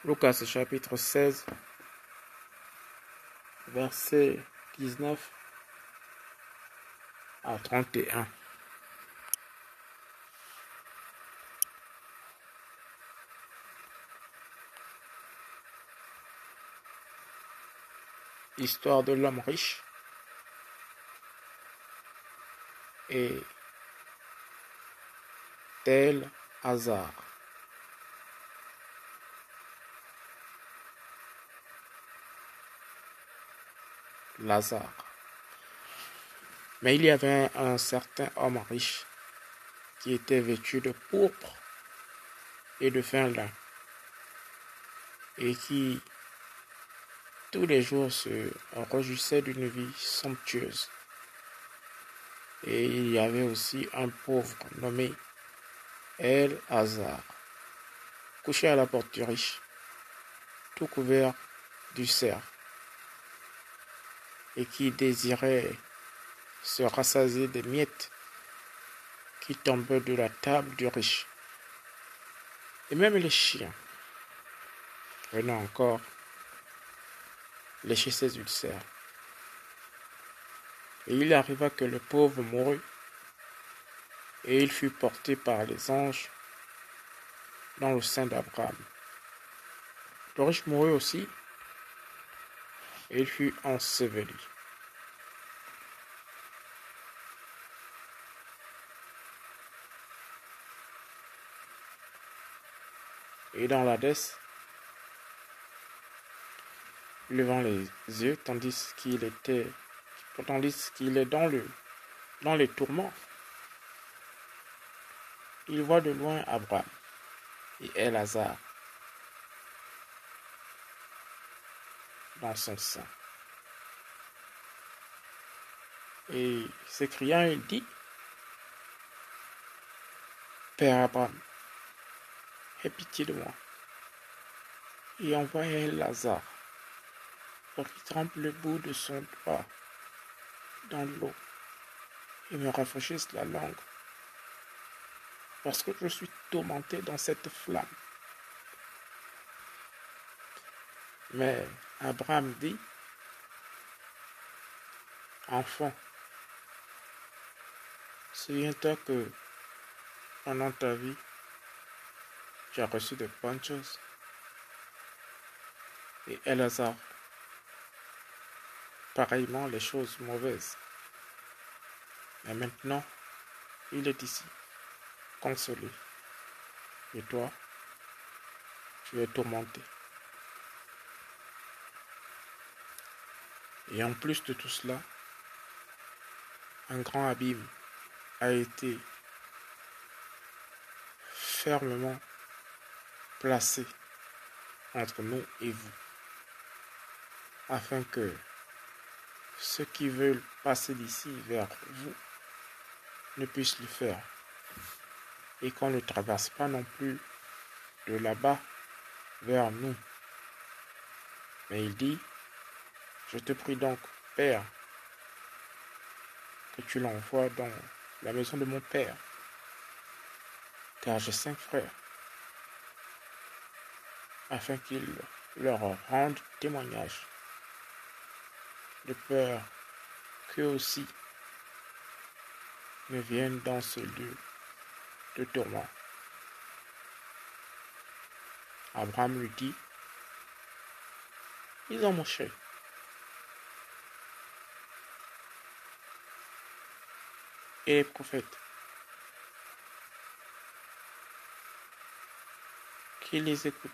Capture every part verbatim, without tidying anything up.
Lucas chapitre seize, verset dix-neuf à trente et un. Histoire de l'homme riche et tel hasard. Lazare. Mais il y avait un certain homme riche qui était vêtu de pourpre et de fin lin et qui tous les jours se réjouissait d'une vie somptueuse. Et il y avait aussi un pauvre nommé El-Hazar, couché à la porte du riche, tout couvert d'ulcères, et qui désirait se rassasier des miettes qui tombaient de la table du riche. Et même les chiens venaient encore lécher ses ulcères. Et il arriva que le pauvre mourut, et il fut porté par les anges dans le sein d'Abraham. Le riche mourut aussi, et il fut enseveli. Et dans l'Hadès, levant les yeux, tandis qu'il était, tandis qu'il est dans le, dans les tourments, il voit de loin Abraham et El-Hazar dans son sein. Et s'écriant, il dit: Père Abraham, aie pitié de moi et envoie El-Hazar pour qu'il trempe le bout de son doigt dans l'eau et me rafraîchisse la langue, parce que je suis tourmenté dans cette flamme. Mais Abraham dit: Enfant, souviens-toi que pendant ta vie, tu as reçu de bonnes choses. Et El-Hazar, pareillement les choses mauvaises. Mais maintenant, il est ici, consolé. Et toi, tu es tourmenté. Et en plus de tout cela, un grand abîme a été fermement placé entre nous et vous, afin que ceux qui veulent passer d'ici vers vous ne puissent le faire, et qu'on ne traverse pas non plus de là-bas vers nous. Mais il dit: Je te prie donc, Père, que tu l'envoies dans la maison de mon Père, car j'ai cinq frères, afin qu'ils leur rendent témoignage, de peur qu'eux aussi ne viennent dans ce lieu de tourment. Abraham lui dit: Ils ont Moïse et les prophètes, qui les écoutent.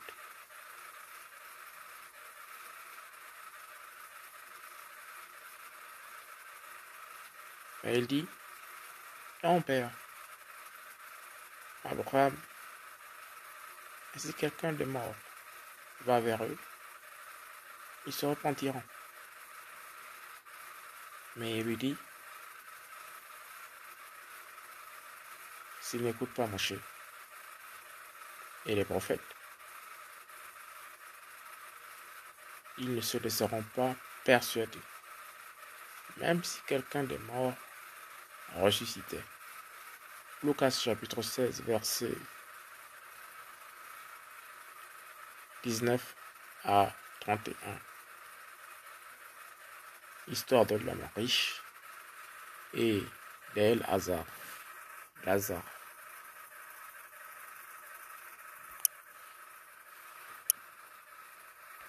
Mais il dit: Non, Père. Abraham, et si quelqu'un de mort va vers eux, ils se repentiront. Mais il lui dit: S'ils n'écoutent pas Moïse et les prophètes, ils ne se laisseront pas persuader, même si quelqu'un de mort ressuscitait. Lucas chapitre seize, verset dix-neuf à trente et un. Histoire de l'homme riche et d'El Hazar. Lazare.